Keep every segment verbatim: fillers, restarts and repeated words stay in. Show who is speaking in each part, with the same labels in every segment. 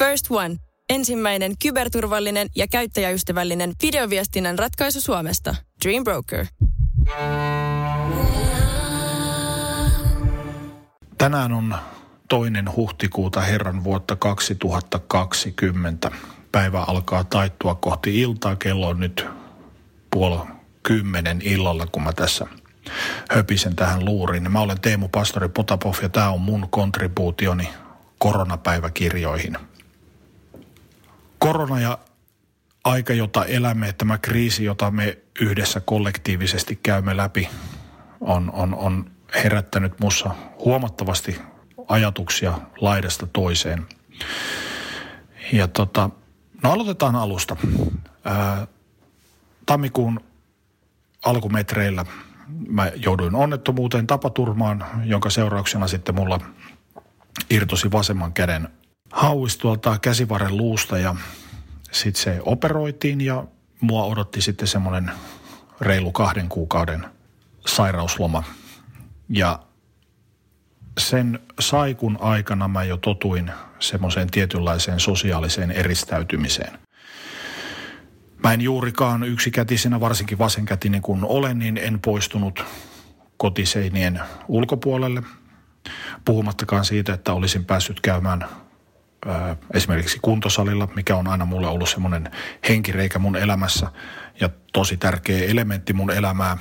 Speaker 1: First One. Ensimmäinen kyberturvallinen ja käyttäjäystävällinen videoviestinnän ratkaisu Suomesta. Dream Broker.
Speaker 2: Tänään on toinen huhtikuuta herran vuotta kaksituhattakaksikymmentä. Päivä alkaa taittua kohti iltaa. Kello on nyt puoli kymmenen illalla, kun mä tässä höpisen tähän luuriin. Mä olen Teemu Pastori Potapov ja tää on mun kontribuutioni koronapäiväkirjoihin. Korona ja aika, jota elämme, tämä kriisi, jota me yhdessä kollektiivisesti käymme läpi, on, on, on herättänyt mussa huomattavasti ajatuksia laidasta toiseen. Ja tota, no aloitetaan alusta. Ää, tammikuun alkumetreillä mä jouduin onnettomuuteen, tapaturmaan, jonka seurauksena sitten mulla irtosi vasemman käden hauis tuolta käsivarren luusta ja sitten se operoitiin ja mua odotti sitten semmoinen reilu kahden kuukauden sairausloma. Ja sen saikun aikana mä jo totuin semmoiseen tietynlaiseen sosiaaliseen eristäytymiseen. Mä en juurikaan yksikätisenä, varsinkin vasenkätinen kun olen, niin en poistunut kotiseinien ulkopuolelle. Puhumattakaan siitä, että olisin päässyt käymään ää, esimerkiksi kuntosalilla, mikä on aina mulle ollut semmoinen henkireikä mun elämässä ja tosi tärkeä elementti mun elämää.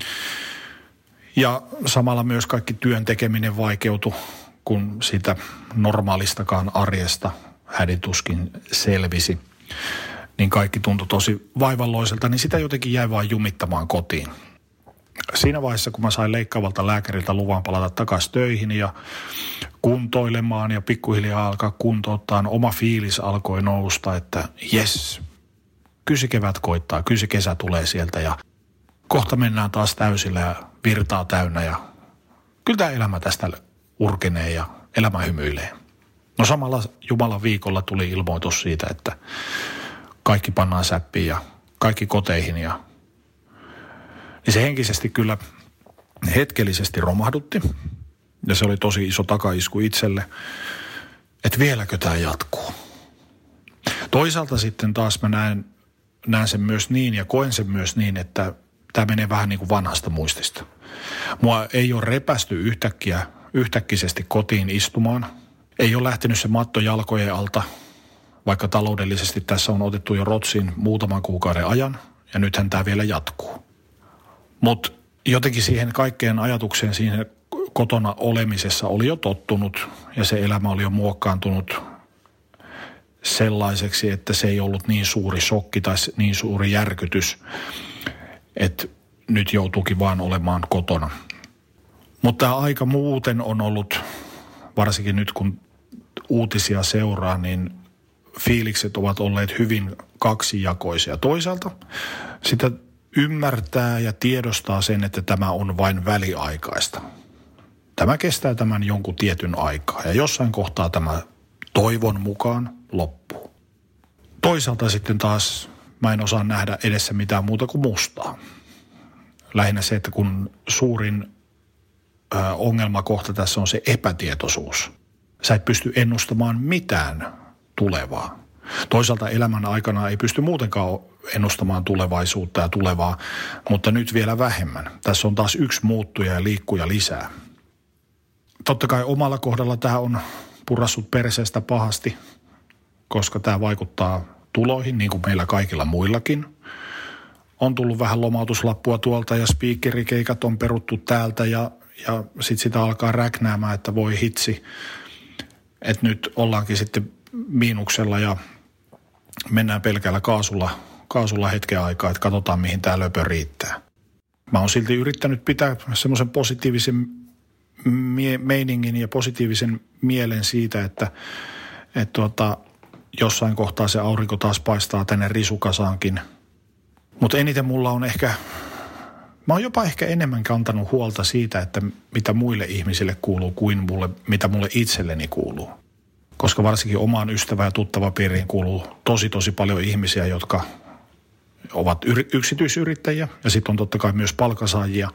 Speaker 2: Ja samalla myös kaikki työn tekeminen vaikeutui, kun sitä normaalistakaan arjesta hädituskin selvisi. Niin kaikki tuntui tosi vaivalloiselta, niin sitä jotenkin jäi vaan jumittamaan kotiin. Siinä vaiheessa, kun mä sain leikkaavalta lääkäriltä luvan palata takaisin töihin ja kuntoilemaan ja pikkuhiljaa alkaa kuntouttaa, oma fiilis alkoi nousta, että jes, kysi kevät koittaa, kysi kesä tulee sieltä ja kohta mennään taas täysillä ja virtaa täynnä ja kyllä tämä elämä tästä urkenee ja elämä hymyilee. No samalla Jumalan viikolla tuli ilmoitus siitä, että kaikki pannaan säppiin ja kaikki koteihin ja niin se henkisesti kyllä hetkellisesti romahdutti ja se oli tosi iso takaisku itselle, että vieläkö tämä jatkuu. Toisaalta sitten taas mä näen, näen sen myös niin ja koen sen myös niin, että tämä menee vähän niin kuin vanhasta muistista. Mua ei ole repästy yhtäkkiä, yhtäkkisesti kotiin istumaan. Ei ole lähtenyt se matto jalkojen alta, vaikka taloudellisesti tässä on otettu jo rotsiin muutaman kuukauden ajan ja nythän tämä vielä jatkuu. Mutta jotenkin siihen kaikkeen ajatukseen siihen kotona olemisessa oli jo tottunut ja se elämä oli jo muokkaantunut sellaiseksi, että se ei ollut niin suuri shokki tai niin suuri järkytys, että nyt joutuukin vaan olemaan kotona. Mutta tämä aika muuten on ollut, varsinkin nyt kun uutisia seuraa, niin fiilikset ovat olleet hyvin kaksijakoisia. Toisaalta sitä ymmärtää ja tiedostaa sen, että tämä on vain väliaikaista. Tämä kestää tämän jonkun tietyn aikaa ja jossain kohtaa tämä toivon mukaan loppuu. Toisaalta sitten taas mä en osaa nähdä edessä mitään muuta kuin mustaa. Lähinnä se, että kun suurin ö, ongelmakohta tässä on se epätietoisuus. Sä et pysty ennustamaan mitään tulevaa. Toisaalta elämän aikana ei pysty muutenkaan ennustamaan tulevaisuutta ja tulevaa, mutta nyt vielä vähemmän. Tässä on taas yksi muuttuja ja liikkuja lisää. Totta kai omalla kohdalla tämä on purassut perseestä pahasti, koska tämä vaikuttaa tuloihin, niin kuin meillä kaikilla muillakin. On tullut vähän lomautuslappua tuolta ja speakerikeikat on peruttu täältä ja, ja sitten sitä alkaa räknäämään, että voi hitsi, että nyt ollaankin sitten miinuksella ja mennään pelkällä kaasulla, kaasulla hetken aikaa, että katsotaan mihin tämä löpö riittää. Mä oon silti yrittänyt pitää semmoisen positiivisen mie- meiningin ja positiivisen mielen siitä, että, että tuota, jossain kohtaa se aurinko taas paistaa tänne risukasaankin. Mutta eniten mulla on ehkä, mä oon jopa ehkä enemmän kantanut huolta siitä, että mitä muille ihmisille kuuluu kuin mulle, mitä mulle itselleni kuuluu. Koska varsinkin omaan ystävä- ja tuttavapiiriin kuuluu tosi tosi paljon ihmisiä, jotka ovat yri- yksityisyrittäjiä ja sitten on totta kai myös palkansaajia.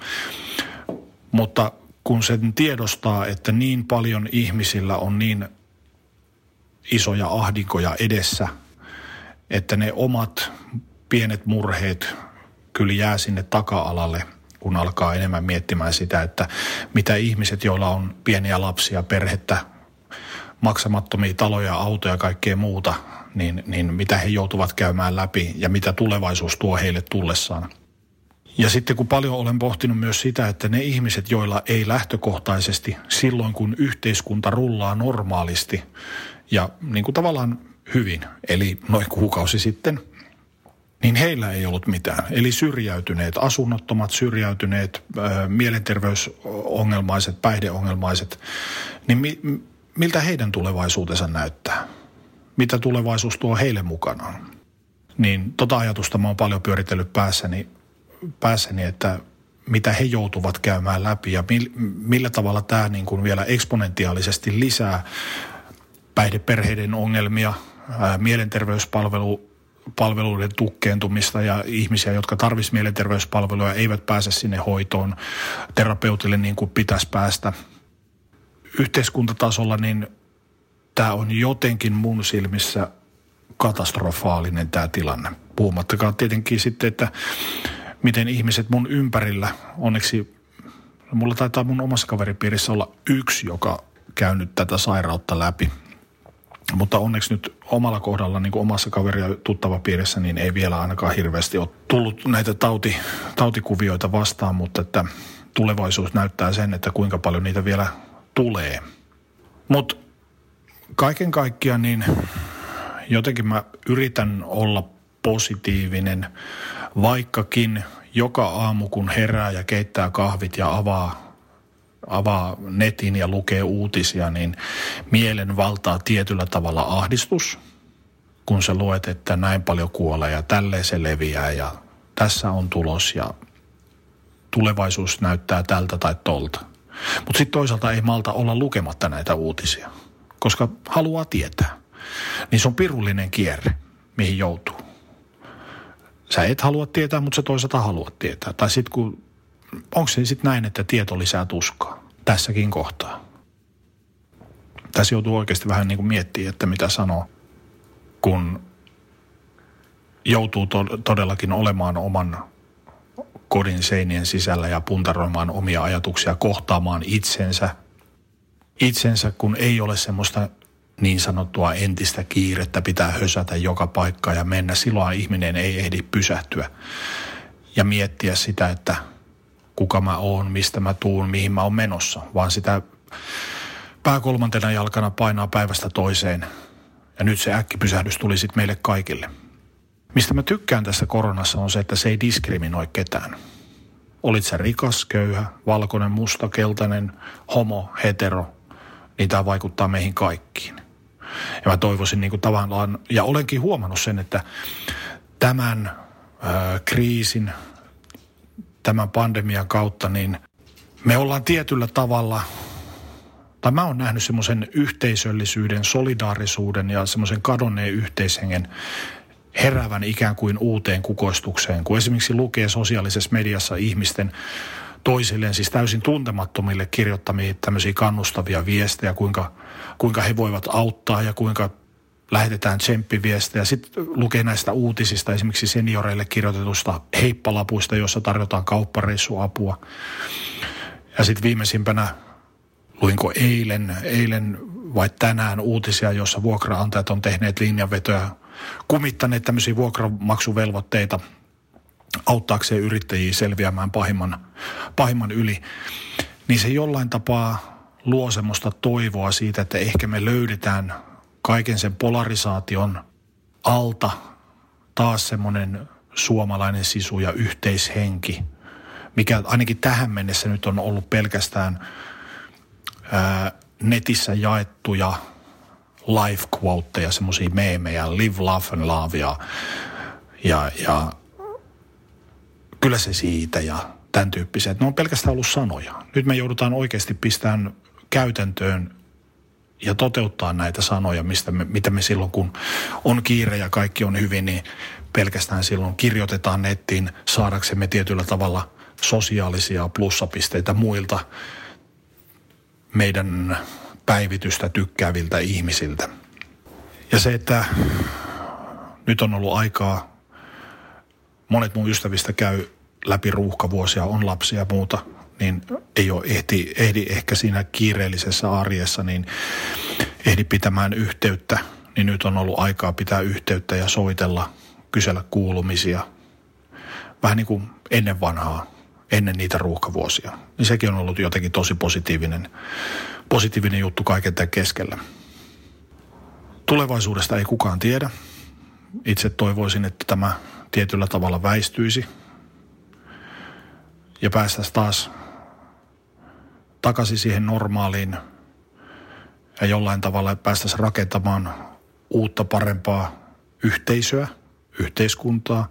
Speaker 2: Mutta kun sen tiedostaa, että niin paljon ihmisillä on niin isoja ahdinkoja edessä, että ne omat pienet murheet kyllä jää sinne taka-alalle, kun alkaa enemmän miettimään sitä, että mitä ihmiset, joilla on pieniä lapsia, perhettä, maksamattomia taloja, autoja ja kaikkea muuta, niin, niin mitä he joutuvat käymään läpi ja mitä tulevaisuus tuo heille tullessaan. Ja sitten kun paljon olen pohtinut myös sitä, että ne ihmiset, joilla ei lähtökohtaisesti silloin, kun yhteiskunta rullaa normaalisti ja niin kuin tavallaan hyvin, eli noin kuukausi sitten, niin heillä ei ollut mitään. Eli syrjäytyneet, asunnottomat, syrjäytyneet, ää, mielenterveysongelmaiset, päihdeongelmaiset, niin mi, miltä heidän tulevaisuutensa näyttää? Mitä tulevaisuus tuo heille mukanaan? Niin tota ajatusta mä oon paljon pyöritellyt päässäni, päässäni että mitä he joutuvat käymään läpi ja mil, millä tavalla tämä niin kuin vielä eksponentiaalisesti lisää päihdeperheiden ongelmia, ää, mielenterveyspalvelu, palveluiden tukkeentumista ja ihmisiä, jotka tarvitsisivat mielenterveyspalveluja, eivät pääse sinne hoitoon terapeutille niin kuin pitäisi päästä. Yhteiskuntatasolla niin tämä on jotenkin mun silmissä katastrofaalinen tämä tilanne. Puhumattakaan tietenkin sitten, että miten ihmiset mun ympärillä, onneksi mulla taitaa mun omassa kaveripiirissä olla yksi, joka käynyt tätä sairautta läpi. Mutta onneksi nyt omalla kohdalla, niin kuin omassa kaveri- ja tuttavapiirissä, niin ei vielä ainakaan hirveästi ole tullut näitä tauti, tautikuvioita vastaan, mutta että tulevaisuus näyttää sen, että kuinka paljon niitä vielä tulee. Mutta kaiken kaikkiaan niin jotenkin mä yritän olla positiivinen, vaikkakin joka aamu kun herää ja keittää kahvit ja avaa avaa netin ja lukee uutisia, niin mielen valtaa tietyllä tavalla ahdistus, kun sä luet, että näin paljon kuolee ja tälleen se leviää ja tässä on tulos ja tulevaisuus näyttää tältä tai tolta. Mutta sitten toisaalta ei malta olla lukematta näitä uutisia, koska haluaa tietää. Niin se on pirullinen kierre, mihin joutuu. Sä et halua tietää, mutta sä toisaalta haluat tietää. Tai sitten kun onko se sitten näin, että tieto lisää tuskaa tässäkin kohtaa? Tässä joutuu oikeasti vähän niin kuin miettimään, että mitä sanoo, kun joutuu to- todellakin olemaan oman kodin seinien sisällä ja puntaroimaan omia ajatuksia, kohtaamaan itsensä. Itsensä, kun ei ole semmoista niin sanottua entistä kiirettä, pitää hösätä joka paikkaan ja mennä. Silloin ihminen ei ehdi pysähtyä ja miettiä sitä, että kuka mä oon, mistä mä tuun, mihin mä oon menossa, vaan sitä pää kolmantena jalkana painaa päivästä toiseen. Ja nyt se äkkipysähdys tuli sitten meille kaikille. Mistä mä tykkään tässä koronassa on se, että se ei diskriminoi ketään. Olit sä rikas, köyhä, valkoinen, musta, keltainen, homo, hetero, niin tämä vaikuttaa meihin kaikkiin. Ja mä toivoisin niin kuin tavallaan, ja olenkin huomannut sen, että tämän äh, kriisin, tämän pandemian kautta, niin me ollaan tietyllä tavalla, tai mä oon nähnyt semmoisen yhteisöllisyyden, solidaarisuuden ja semmoisen kadonneen yhteishengen heräävän ikään kuin uuteen kukoistukseen, kun esimerkiksi lukee sosiaalisessa mediassa ihmisten toisilleen, siis täysin tuntemattomille kirjoittamia tämmöisiä kannustavia viestejä, kuinka, kuinka he voivat auttaa ja kuinka lähetetään tsemppiviestejä. Sitten lukee näistä uutisista, esimerkiksi senioreille kirjoitetusta heippalapuista, joissa tarjotaan kauppareissuapua. Ja sitten viimeisimpänä luinko eilen, eilen vai tänään uutisia, joissa vuokraantajat on tehneet linjanvetoja, kumittaneet tämmöisiä vuokramaksuvelvoitteita auttaakseen yrittäjiä selviämään pahimman, pahimman yli. Niin se jollain tapaa luo semmoista toivoa siitä, että ehkä me löydetään kaiken sen polarisaation alta taas semmoinen suomalainen sisu ja yhteishenki, mikä ainakin tähän mennessä nyt on ollut pelkästään ää, netissä jaettuja life quoteja, semmoisia meemejä, live, laugh and love ja, ja, ja kyllä se siitä ja tämän tyyppiset. Ne on pelkästään ollut sanoja. Nyt me joudutaan oikeasti pistämään käytäntöön ja toteuttaa näitä sanoja, mistä me, mitä me silloin, kun on kiire ja kaikki on hyvin, niin pelkästään silloin kirjoitetaan nettiin saadaksemme tietyllä tavalla sosiaalisia plussapisteitä muilta meidän päivitystä tykkääviltä ihmisiltä. Ja se, että nyt on ollut aikaa, monet mun ystävistä käy läpi ruuhkavuosia, on lapsia ja muuta, niin ei ole ehdi, ehdi ehkä siinä kiireellisessä arjessa, niin ehdi pitämään yhteyttä, niin nyt on ollut aikaa pitää yhteyttä ja soitella, kysellä kuulumisia. Vähän niin kuin ennen vanhaa, ennen niitä ruuhkavuosia. Niin sekin on ollut jotenkin tosi positiivinen, positiivinen juttu kaiken tämän keskellä. Tulevaisuudesta ei kukaan tiedä. Itse toivoisin, että tämä tietyllä tavalla väistyisi ja päästäisiin taas takaisin siihen normaaliin ja jollain tavalla päästäisiin rakentamaan uutta parempaa yhteisöä, yhteiskuntaa.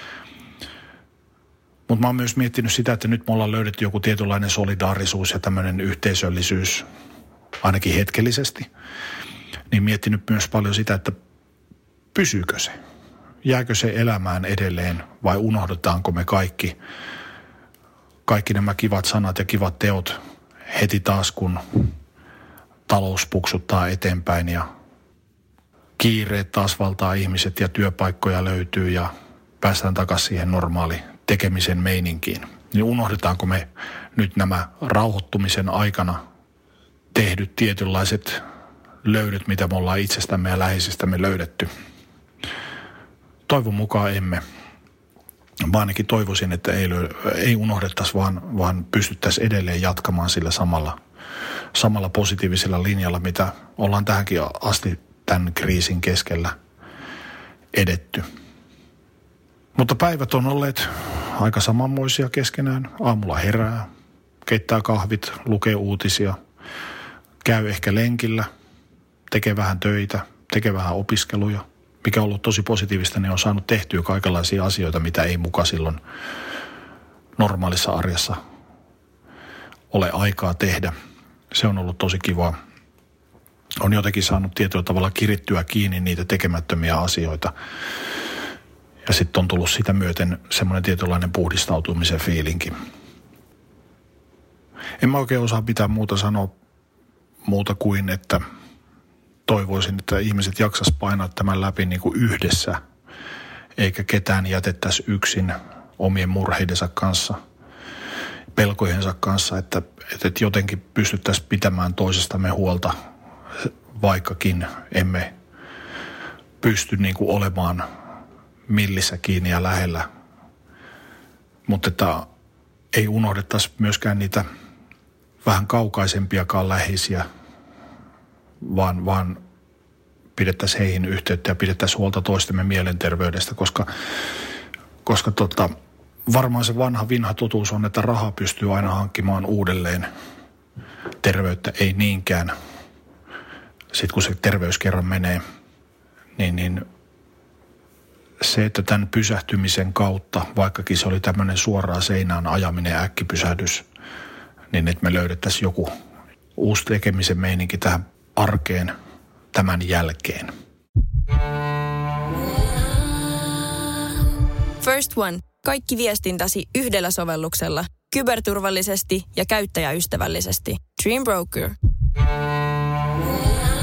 Speaker 2: Mutta mä oon myös miettinyt sitä, että nyt me ollaan löydetty joku tietynlainen solidaarisuus ja tämmöinen yhteisöllisyys ainakin hetkellisesti. Niin miettinyt myös paljon sitä, että pysyykö se? Jääkö se elämään edelleen vai unohdetaanko me kaikki, kaikki nämä kivat sanat ja kivat teot heti taas, kun talous puksuttaa eteenpäin ja kiireet taas valtaa ihmiset ja työpaikkoja löytyy ja päästään takaisin siihen normaali tekemisen meininkiin. Niin unohdetaanko me nyt nämä rauhoittumisen aikana tehdyt tietynlaiset löydöt, mitä me ollaan itsestämme ja läheisistämme löydetty? Toivon mukaan emme. Mä ainakin toivoisin, että ei, ei unohdettaisi, vaan, vaan pystyttäisiin edelleen jatkamaan sillä samalla, samalla positiivisella linjalla, mitä ollaan tähänkin asti tämän kriisin keskellä edetty. Mutta päivät on olleet aika samanmoisia keskenään. Aamulla herää, keittää kahvit, lukee uutisia, käy ehkä lenkillä, tekee vähän töitä, tekee vähän opiskeluja. Mikä on ollut tosi positiivista, niin on saanut tehtyä kaikenlaisia asioita, mitä ei muka silloin normaalissa arjessa ole aikaa tehdä. Se on ollut tosi kivaa. On jotenkin saanut tietyllä tavalla kirittyä kiinni niitä tekemättömiä asioita. Ja sitten on tullut sitä myöten semmoinen tietynlainen puhdistautumisen fiilinki. En mä oikein osaa mitään muuta sanoa muuta kuin, että toivoisin, että ihmiset jaksas painaa tämän läpi niin kuin yhdessä, eikä ketään jätettäisi yksin omien murheidensa kanssa, pelkojensa kanssa, että, että jotenkin pystyttäisiin pitämään toisestamme huolta, vaikkakin emme pysty niin kuin olemaan millissä kiinni ja lähellä. Mutta että ei unohdettaisi myöskään niitä vähän kaukaisempiakaan läheisiä, vaan, vaan pidettäisiin heihin yhteyttä ja pidettäisiin huolta toistemme mielenterveydestä, koska, koska tota, varmaan se vanha vinha totuus on, että raha pystyy aina hankkimaan uudelleen. Terveyttä ei niinkään. Sitten kun se terveys kerran menee, niin, niin se, että tämän pysähtymisen kautta, vaikkakin se oli tämmöinen suoraan seinään ajaminen äkkipysähdys, niin että me löydettäisiin joku uusi tekemisen meininki tähän arkeen tämän jälkeen.
Speaker 1: First One. Kaikki viestintäsi yhdellä sovelluksella. Kyberturvallisesti ja käyttäjäystävällisesti. Dream Broker.